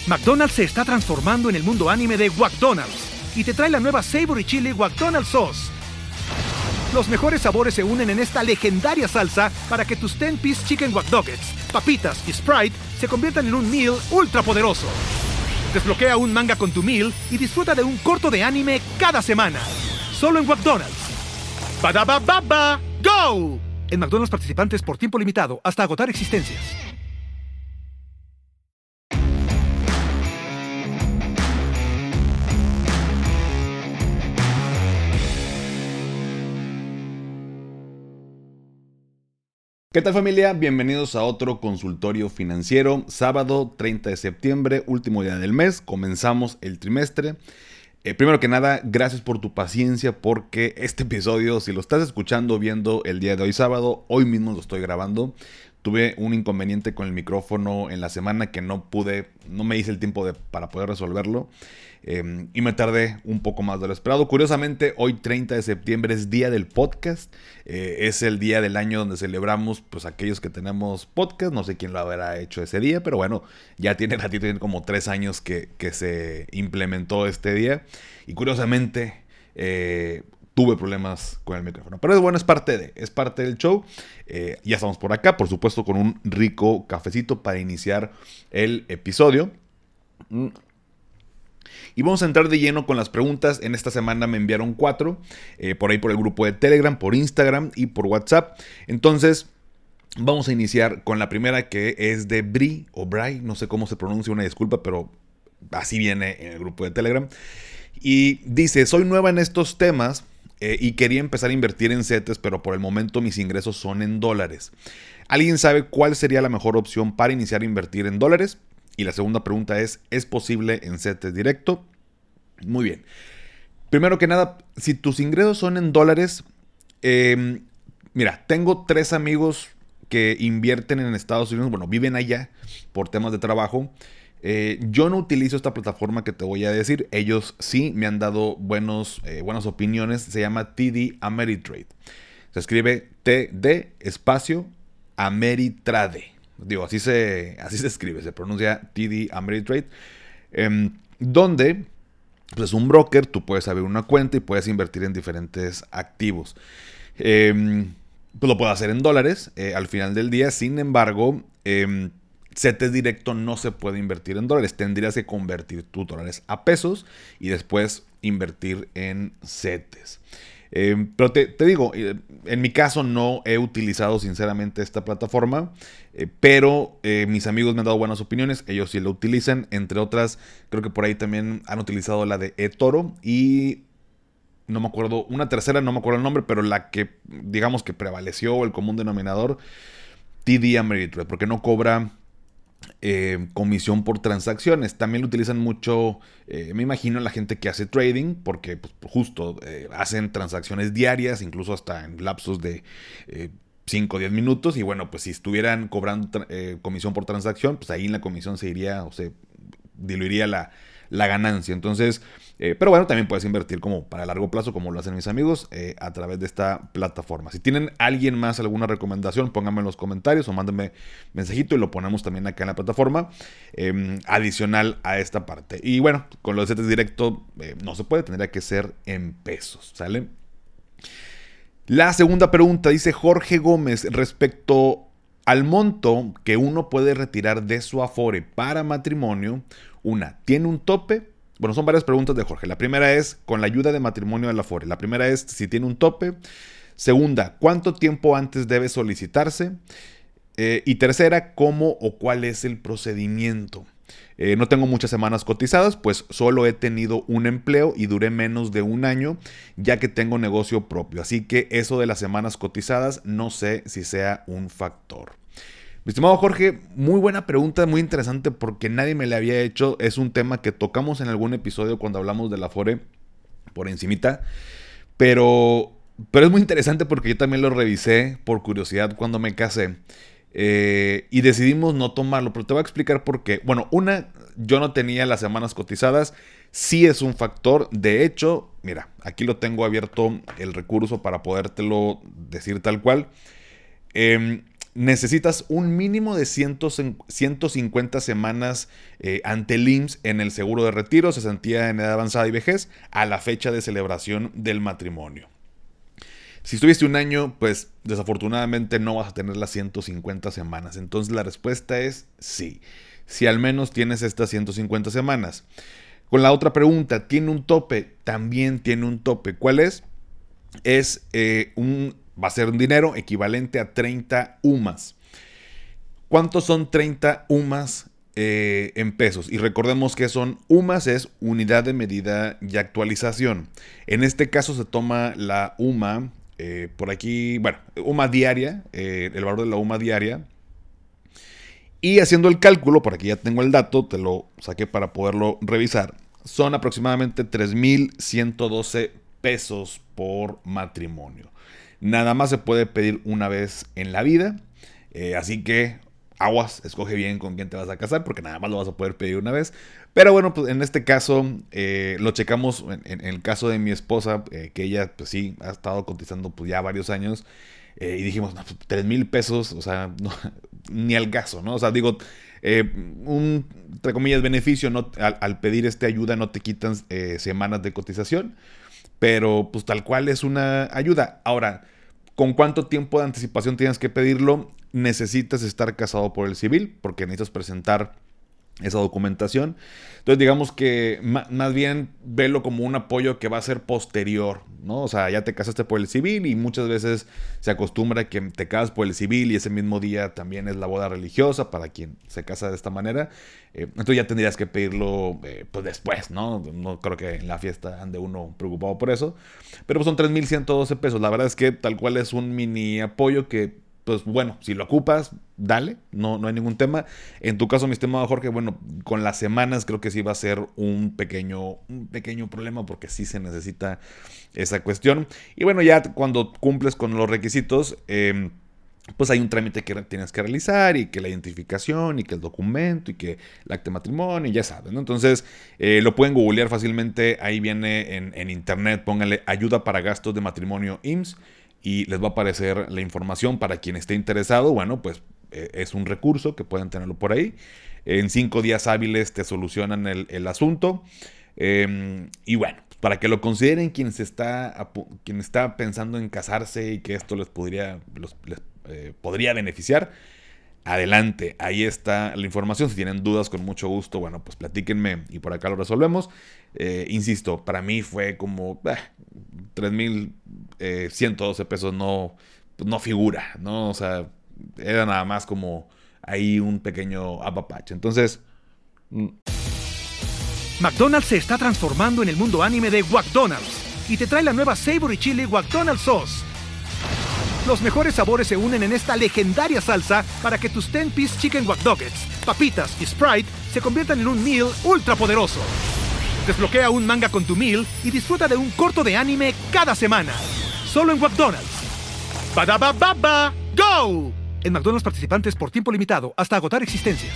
McDonald's se está transformando en el mundo anime de McDonald's y te trae la nueva Savory Chili McDonald's Sauce. Los mejores sabores se unen en esta legendaria salsa para que tus 10-piece chicken wack nuggets, papitas y Sprite se conviertan en un meal ultra poderoso. Desbloquea un manga con tu meal y disfruta de un corto de anime cada semana. Solo en McDonald's. ¡Badaba baba! ¡Go! En McDonald's participantes por tiempo limitado hasta agotar existencias. ¿Qué tal, familia? Bienvenidos a otro consultorio financiero. Sábado 30 de septiembre, último día del mes. Comenzamos el trimestre. Primero que nada, gracias por tu paciencia porque este episodio, si lo estás escuchando o viendo el día de hoy sábado, hoy mismo lo estoy grabando. Tuve un inconveniente con el micrófono en la semana que no me hice el tiempo para poder resolverlo. Y me tardé un poco más de lo esperado. Curiosamente, hoy 30 de septiembre es día del podcast. Es el día del año donde celebramos pues aquellos que tenemos podcast. No sé quién lo habrá hecho ese día, pero bueno, ya tiene ratito, tiene como 3 años que se implementó este día. Y curiosamente tuve problemas con el micrófono. Pero es bueno, es parte del show. Ya estamos por acá, por supuesto, con un rico cafecito para iniciar el episodio. Y vamos a entrar de lleno con las preguntas. En esta semana me enviaron 4, por ahí por el grupo de Telegram, por Instagram y por WhatsApp. Entonces, vamos a iniciar con la primera, que es de Bri, no sé cómo se pronuncia, una disculpa, pero así viene en el grupo de Telegram. Y dice: soy nueva en estos temas y quería empezar a invertir en CETES, pero por el momento mis ingresos son en dólares. ¿Alguien sabe cuál sería la mejor opción para iniciar a invertir en dólares? Y la segunda pregunta ¿es posible en CETES directo? Muy bien. Primero que nada, si tus ingresos son en dólares, mira, tengo 3 amigos que invierten en Estados Unidos, bueno, viven allá por temas de trabajo. Yo no utilizo esta plataforma que te voy a decir. Ellos sí me han dado buenas opiniones. Se llama TD Ameritrade. Se escribe TD espacio Ameritrade. Digo, así se escribe, se pronuncia TD Ameritrade, donde pues, es un broker, tú puedes abrir una cuenta y puedes invertir en diferentes activos. Pues lo puedes hacer en dólares al final del día. Sin embargo, CETES directo no se puede invertir en dólares. Tendrías que convertir tus dólares a pesos y después invertir en CETES. Pero te digo, en mi caso no he utilizado sinceramente esta plataforma, pero mis amigos me han dado buenas opiniones, ellos sí lo utilizan, entre otras, creo que por ahí también han utilizado la de eToro y no me acuerdo, una tercera, no me acuerdo el nombre, pero la que digamos que prevaleció, el común denominador, TD Ameritrade, porque no cobra comisión por transacciones. También lo utilizan mucho, me imagino, la gente que hace trading, porque pues, justo hacen transacciones diarias, incluso hasta en lapsos de 5 o 10 minutos. Y bueno, pues si estuvieran cobrando comisión por transacción, pues ahí en la comisión se iría o se diluiría la ganancia. Entonces, pero bueno, también puedes invertir como para largo plazo, como lo hacen mis amigos, a través de esta plataforma. Si tienen alguien más alguna recomendación, pónganme en los comentarios o mándenme mensajito y lo ponemos también acá en la plataforma, adicional a esta parte. Y bueno, con los CETES directo no se puede, tendría que ser en pesos, ¿sale? La segunda pregunta dice Jorge Gómez respecto al monto que uno puede retirar de su Afore para matrimonio. ¿Tiene un tope? Bueno, son varias preguntas de Jorge. La primera es, con la ayuda de matrimonio del Afore. La primera es si tiene un tope. Segunda, ¿cuánto tiempo antes debe solicitarse? Y tercera, ¿cómo o cuál es el procedimiento? No tengo muchas semanas cotizadas, pues solo he tenido un empleo y duré menos de 1 año, ya que tengo negocio propio. Así que eso de las semanas cotizadas no sé si sea un factor. Mi estimado Jorge, muy buena pregunta, muy interesante porque nadie me la había hecho. Es un tema que tocamos en algún episodio cuando hablamos del Afore por encimita, pero es muy interesante porque yo también lo revisé por curiosidad cuando me casé. Y decidimos no tomarlo, pero te voy a explicar por qué. Bueno, yo no tenía las semanas cotizadas, sí es un factor. De hecho, mira, aquí lo tengo abierto el recurso para podértelo decir tal cual. necesitas un mínimo de 150 semanas ante el IMSS en el seguro de retiro, cesantía en edad avanzada y vejez, a la fecha de celebración del matrimonio. Si estuviste un año, pues desafortunadamente no vas a tener las 150 semanas. Entonces la respuesta es sí. Si al menos tienes estas 150 semanas. Con la otra pregunta, ¿tiene un tope? También tiene un tope. ¿Cuál es? Va a ser un dinero equivalente a 30 UMAS. ¿Cuántos son 30 UMAS en pesos? Y recordemos que son UMAS, es unidad de medida y actualización. En este caso se toma la UMA, por aquí, bueno, UMA diaria, el valor de la UMA diaria. Y haciendo el cálculo, por aquí ya tengo el dato, te lo saqué para poderlo revisar. Son aproximadamente 3,112 pesos por matrimonio. Nada más se puede pedir una vez en la vida. Así que aguas, escoge bien con quién te vas a casar, porque nada más lo vas a poder pedir una vez. Pero bueno, pues en este caso lo checamos en el caso de mi esposa, que ella pues sí ha estado cotizando pues ya varios años. Y dijimos, no, pues, 3,000 pesos, o sea, no, ni al caso, ¿no? O sea, digo, entre comillas, beneficio, ¿no? Al pedir ayuda no te quitan semanas de cotización, pero pues tal cual es una ayuda. Ahora, ¿con cuánto tiempo de anticipación tienes que pedirlo? Necesitas estar casado por el civil, porque necesitas presentar esa documentación. Entonces digamos que más bien velo como un apoyo que va a ser posterior, ¿no? O sea, ya te casaste por el civil y muchas veces se acostumbra que te casas por el civil y ese mismo día también es la boda religiosa para quien se casa de esta manera. Entonces ya tendrías que pedirlo pues después, ¿no? No creo que en la fiesta ande uno preocupado por eso. Pero pues son 3,112 pesos. La verdad es que tal cual es un mini apoyo que pues bueno, si lo ocupas, dale, no hay ningún tema. En tu caso, mi estimado Jorge, bueno, con las semanas creo que sí va a ser un pequeño problema porque sí se necesita esa cuestión. Y bueno, ya cuando cumples con los requisitos, pues hay un trámite que tienes que realizar y que la identificación y que el documento y que el acta de matrimonio y ya sabes, ¿no? Entonces lo pueden googlear fácilmente, ahí viene en internet, pónganle ayuda para gastos de matrimonio IMSS. Y les va a aparecer la información para quien esté interesado. Bueno, pues es un recurso que pueden tenerlo por ahí. En 5 días hábiles te solucionan el asunto. Y bueno, para que lo consideren quien está pensando en casarse y que esto les podría beneficiar, adelante, ahí está la información. Si tienen dudas, con mucho gusto, bueno, pues platíquenme y por acá lo resolvemos. Insisto, para mí fue como 3,112 pesos, no figura, ¿no? O sea, era nada más como ahí un pequeño apapacho. Entonces, McDonald's se está transformando en el mundo anime de McDonald's y te trae la nueva Savory Chili McDonald's Sauce. Los mejores sabores se unen en esta legendaria salsa para que tus 10-piece chicken wack nuggets, papitas y Sprite se conviertan en un meal ultra poderoso. Desbloquea un manga con tu meal y disfruta de un corto de anime cada semana. Solo en McDonald's. ¡Badabababa! ¡Go! En McDonald's participantes por tiempo limitado hasta agotar existencias.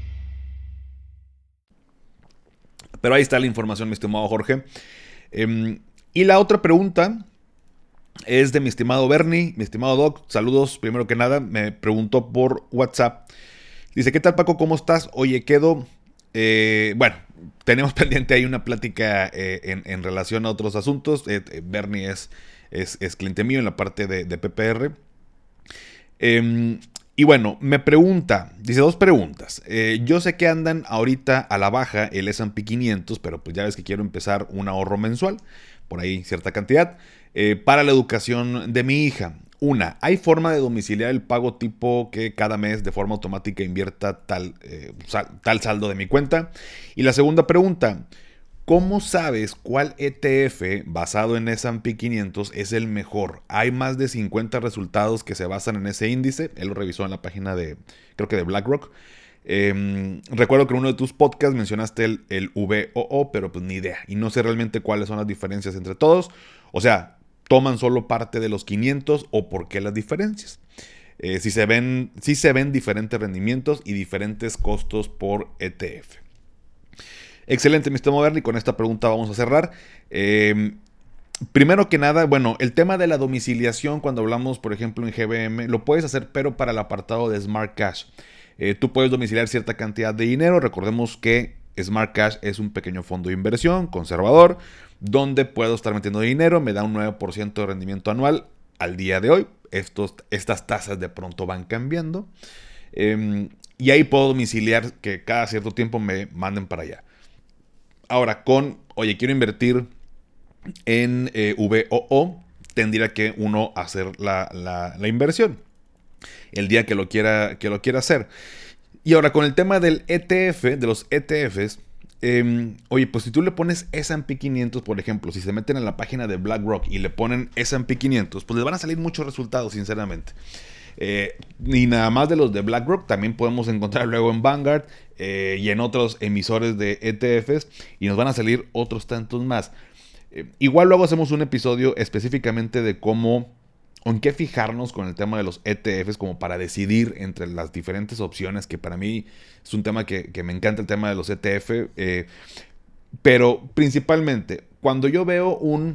Pero ahí está la información, mi estimado Jorge. Y la otra pregunta es de mi estimado Bernie, mi estimado Doc. Saludos, primero que nada. Me preguntó por WhatsApp. Dice, ¿qué tal, Paco? ¿Cómo estás? Oye, bueno, tenemos pendiente ahí una plática en relación a otros asuntos. Bernie es cliente mío en la parte de PPR. Y bueno, me pregunta, dice 2 preguntas. Yo sé que andan ahorita a la baja el S&P 500, pero pues ya ves que quiero empezar un ahorro mensual, por ahí cierta cantidad, para la educación de mi hija. Una, ¿hay forma de domiciliar el pago tipo que cada mes de forma automática invierta tal saldo de mi cuenta? Y la segunda pregunta, ¿cómo sabes cuál ETF basado en S&P 500 es el mejor? Hay más de 50 resultados que se basan en ese índice. Él lo revisó en la página creo que de BlackRock. Recuerdo que en uno de tus podcasts mencionaste el VOO, pero pues ni idea. Y no sé realmente cuáles son las diferencias entre todos. O sea, ¿toman solo parte de los 500 o por qué las diferencias? Si se ven diferentes rendimientos y diferentes costos por ETF. Excelente, mi estimado Bernie. Con esta pregunta vamos a cerrar. Primero que nada, bueno, el tema de la domiciliación, cuando hablamos, por ejemplo, en GBM, lo puedes hacer, pero para el apartado de Smart Cash. Tú puedes domiciliar cierta cantidad de dinero. Recordemos que Smart Cash es un pequeño fondo de inversión conservador, donde puedo estar metiendo dinero, me da un 9% de rendimiento anual al día de hoy. Estas tasas de pronto van cambiando. Y ahí puedo domiciliar que cada cierto tiempo me manden para allá. Ahora, oye, quiero invertir en VOO, tendría que uno hacer la inversión el día que lo quiera hacer. Y ahora con el tema del ETF, de los ETFs, oye, pues si tú le pones S&P 500, por ejemplo, si se meten en la página de BlackRock y le ponen S&P 500, pues les van a salir muchos resultados, sinceramente. Y nada más de los de BlackRock, también podemos encontrar luego en Vanguard y en otros emisores de ETFs, y nos van a salir otros tantos más. Igual luego hacemos un episodio específicamente de cómo o en qué fijarnos con el tema de los ETFs, como para decidir entre las diferentes opciones, que para mí es un tema que me encanta, el tema de los ETF. Pero principalmente, cuando yo veo un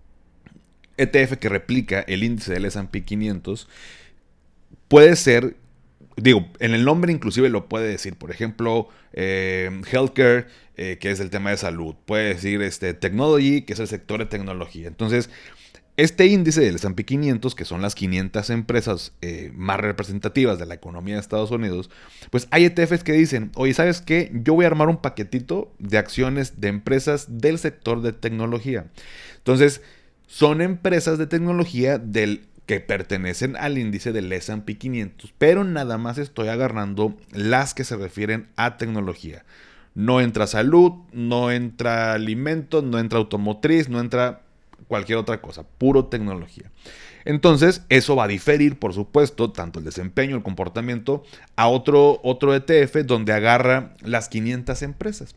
ETF que replica el índice del S&P 500, puede ser, digo, en el nombre inclusive lo puede decir, por ejemplo, healthcare, que es el tema de salud. Puede decir technology, que es el sector de tecnología. Entonces, este índice del S&P 500, que son las 500 empresas más representativas de la economía de Estados Unidos, pues hay ETFs que dicen, oye, ¿sabes qué? Yo voy a armar un paquetito de acciones de empresas del sector de tecnología. Entonces, son empresas de tecnología que pertenecen al índice del S&P 500, pero nada más estoy agarrando las que se refieren a tecnología. No entra salud, no entra alimentos, no entra automotriz, no entra cualquier otra cosa, puro tecnología. Entonces, eso va a diferir, por supuesto, tanto el desempeño, el comportamiento, a otro ETF donde agarra las 500 empresas.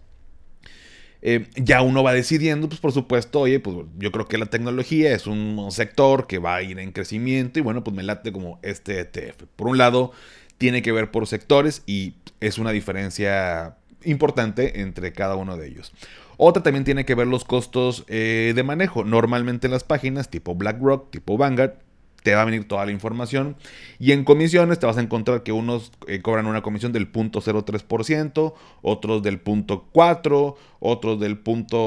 Ya uno va decidiendo, pues por supuesto, oye, pues yo creo que la tecnología es un sector que va a ir en crecimiento y bueno, pues me late como este ETF. Por un lado, tiene que ver por sectores y es una diferencia importante entre cada uno de ellos. Otra también tiene que ver los costos de manejo. Normalmente en las páginas tipo BlackRock, tipo Vanguard, te va a venir toda la información. Y en comisiones te vas a encontrar que unos cobran una comisión del 0.03%, otros del 0.4%, otros del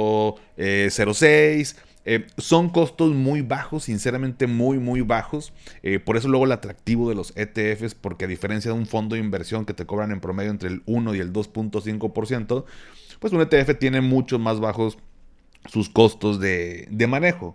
0.06%. Son costos muy bajos, sinceramente muy, muy bajos. Por eso luego el atractivo de los ETFs, porque a diferencia de un fondo de inversión que te cobran en promedio entre el 1 y el 2.5%, pues un ETF tiene mucho más bajos sus costos de manejo.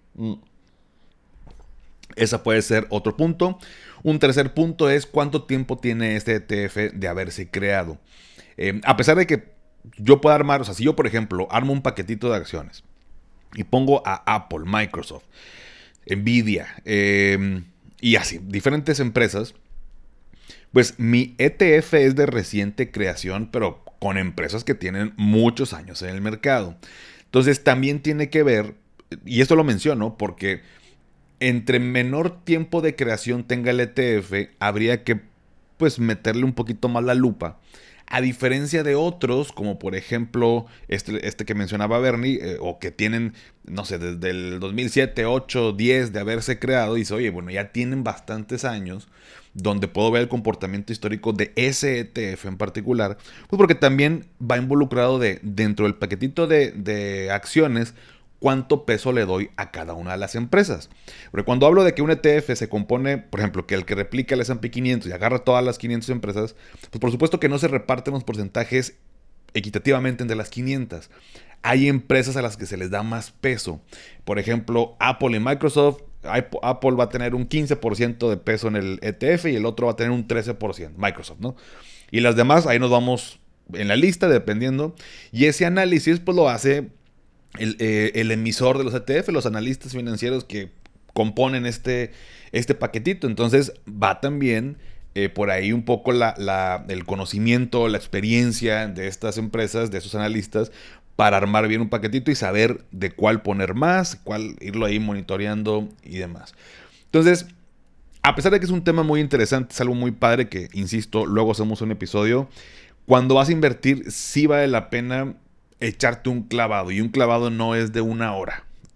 Ese puede ser otro punto. Un tercer punto es cuánto tiempo tiene este ETF de haberse creado. A pesar de que yo pueda armar, o sea, si yo por ejemplo armo un paquetito de acciones y pongo a Apple, Microsoft, Nvidia y así, diferentes empresas, pues mi ETF es de reciente creación, pero con empresas que tienen muchos años en el mercado. Entonces también tiene que ver, y esto lo menciono porque entre menor tiempo de creación tenga el ETF, habría que pues meterle un poquito más la lupa. A diferencia de otros, como por ejemplo este que mencionaba Bernie, o que tienen, no sé, desde el 2007, 8, 10 de haberse creado, dice, oye, bueno, ya tienen bastantes años, donde puedo ver el comportamiento histórico de ese ETF en particular, pues porque también va involucrado dentro del paquetito de acciones, cuánto peso le doy a cada una de las empresas. Porque cuando hablo de que un ETF se compone, por ejemplo, que el que replica el S&P 500 y agarra todas las 500 empresas, pues por supuesto que no se reparten los porcentajes equitativamente entre las 500. Hay empresas a las que se les da más peso. Por ejemplo, Apple y Microsoft. Apple va a tener un 15% de peso en el ETF y el otro va a tener un 13%. Microsoft, ¿no? Y las demás, ahí nos vamos en la lista, dependiendo. Y ese análisis, pues lo hace el emisor de los ETF, los analistas financieros que componen este paquetito. Entonces va también por ahí un poco el conocimiento, la experiencia de estas empresas, de esos analistas, para armar bien un paquetito y saber de cuál poner más, cuál irlo ahí monitoreando y demás. Entonces, a pesar de que es un tema muy interesante, es algo muy padre que, insisto, luego hacemos un episodio. Cuando vas a invertir, sí vale la pena echarte un clavado, y un clavado no es de 1 hora.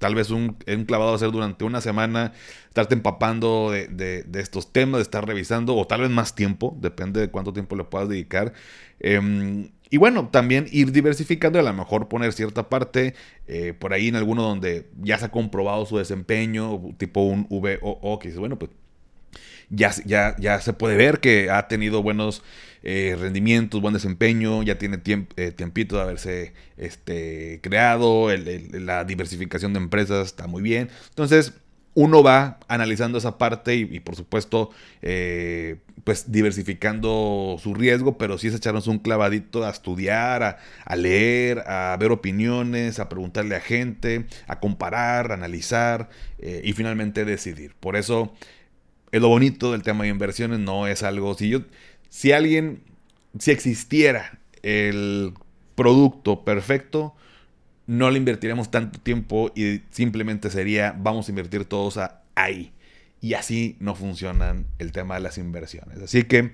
tal vez un clavado va a ser durante una semana, estarte empapando de estos temas, de estar revisando, o tal vez más tiempo, depende de cuánto tiempo le puedas dedicar. Y bueno, también ir diversificando, a lo mejor poner cierta parte por ahí en alguno donde ya se ha comprobado su desempeño, tipo un VOO, que dices, bueno, pues ya se puede ver que ha tenido buenos rendimientos, buen desempeño, ya tiene tiempito de haberse creado, la diversificación de empresas está muy bien. Entonces, uno va analizando esa parte y por supuesto, pues diversificando su riesgo, pero sí es echarnos un clavadito a estudiar, a leer, a ver opiniones, a preguntarle a gente, a comparar, a analizar y finalmente decidir. Por eso es lo bonito del tema de inversiones, no es algo... Si existiera el producto perfecto, no le invertiremos tanto tiempo y simplemente sería, vamos a invertir todos ahí. Y así no funcionan el tema de las inversiones. Así que,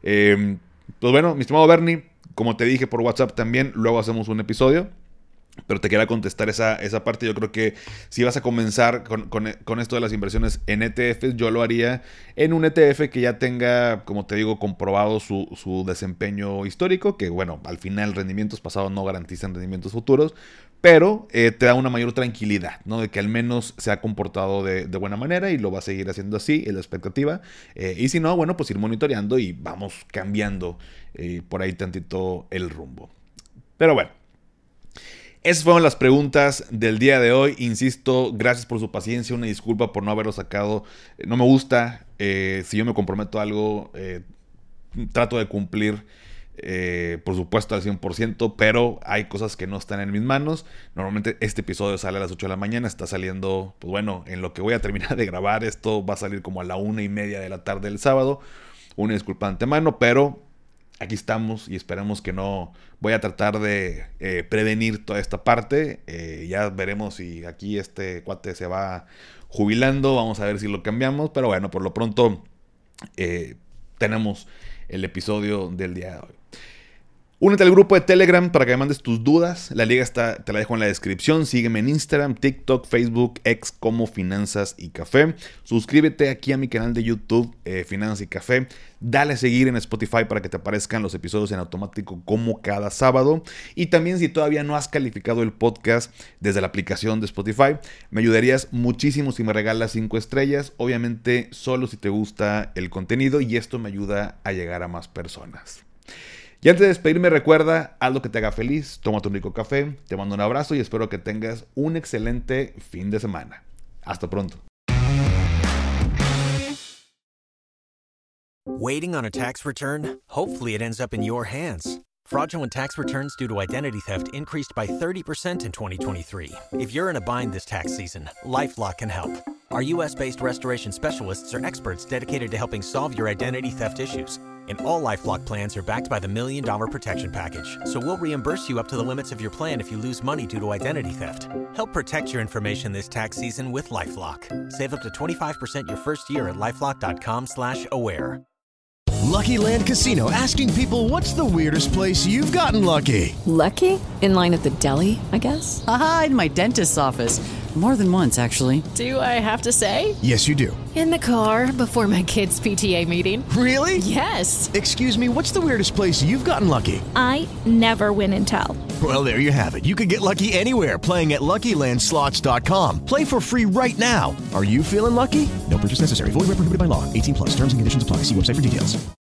pues bueno, mi estimado Bernie, como te dije por WhatsApp también, luego hacemos un episodio. Pero te quería contestar esa parte. Yo creo que si vas a comenzar con esto de las inversiones en ETFs, yo lo haría en un ETF que ya tenga, como te digo, comprobado su desempeño histórico, que bueno, al final rendimientos pasados no garantizan rendimientos futuros, pero te da una mayor tranquilidad, ¿no? De que al menos se ha comportado de buena manera y lo va a seguir haciendo así, es la expectativa. Y si no, bueno, pues ir monitoreando y vamos cambiando por ahí tantito el rumbo. Pero bueno. Esas fueron las preguntas del día de hoy. Insisto, gracias por su paciencia. Una disculpa por no haberlo sacado. No me gusta. Si yo me comprometo a algo, trato de cumplir, por supuesto, al 100%. Pero hay cosas que no están en mis manos. Normalmente este episodio sale a las 8 de la mañana. Está saliendo, pues bueno, en lo que voy a terminar de grabar. Esto va a salir como a la 1:30 de la tarde del sábado. Una disculpa de antemano, pero... aquí estamos y esperamos que no. Voy a tratar de prevenir toda esta parte. Ya veremos si aquí este cuate se va jubilando. Vamos a ver si lo cambiamos. Pero bueno, por lo pronto tenemos el episodio del día de hoy. Únete al grupo de Telegram para que me mandes tus dudas. La liga te la dejo en la descripción. Sígueme en Instagram, TikTok, Facebook, X como Finanzas y Café. Suscríbete aquí a mi canal de YouTube, Finanzas y Café. Dale a seguir en Spotify para que te aparezcan los episodios en automático como cada sábado. Y también si todavía no has calificado el podcast desde la aplicación de Spotify, me ayudarías muchísimo si me regalas 5 estrellas. Obviamente solo si te gusta el contenido y esto me ayuda a llegar a más personas. Y antes de despedirme, recuerda, haz lo que te haga feliz, tómate un rico café, te mando un abrazo y espero que tengas un excelente fin de semana. Hasta pronto. Waiting on a tax return? Hopefully it ends up in your hands. Fraudulent tax returns due to identity theft increased by 30% in 2023. If you're in a bind this tax season, LifeLock can help. Our U.S.-based restoration specialists are experts dedicated to helping solve your identity theft issues. And all LifeLock plans are backed by the $1 Million Protection Package. So we'll reimburse you up to the limits of your plan if you lose money due to identity theft. Help protect your information this tax season with LifeLock. Save up to 25% your first year at LifeLock.com/aware. Lucky Land Casino, asking people, what's the weirdest place you've gotten lucky? Lucky? In line at the deli, I guess? Aha, in my dentist's office. More than once, actually. Do I have to say? Yes, you do. In the car before my kids' PTA meeting. Really? Yes. Excuse me, what's the weirdest place you've gotten lucky? I never win and tell. Well, there you have it. You can get lucky anywhere, playing at LuckyLandSlots.com. Play for free right now. Are you feeling lucky? No purchase necessary. Void where prohibited by law. 18+. Terms and conditions apply. See website for details.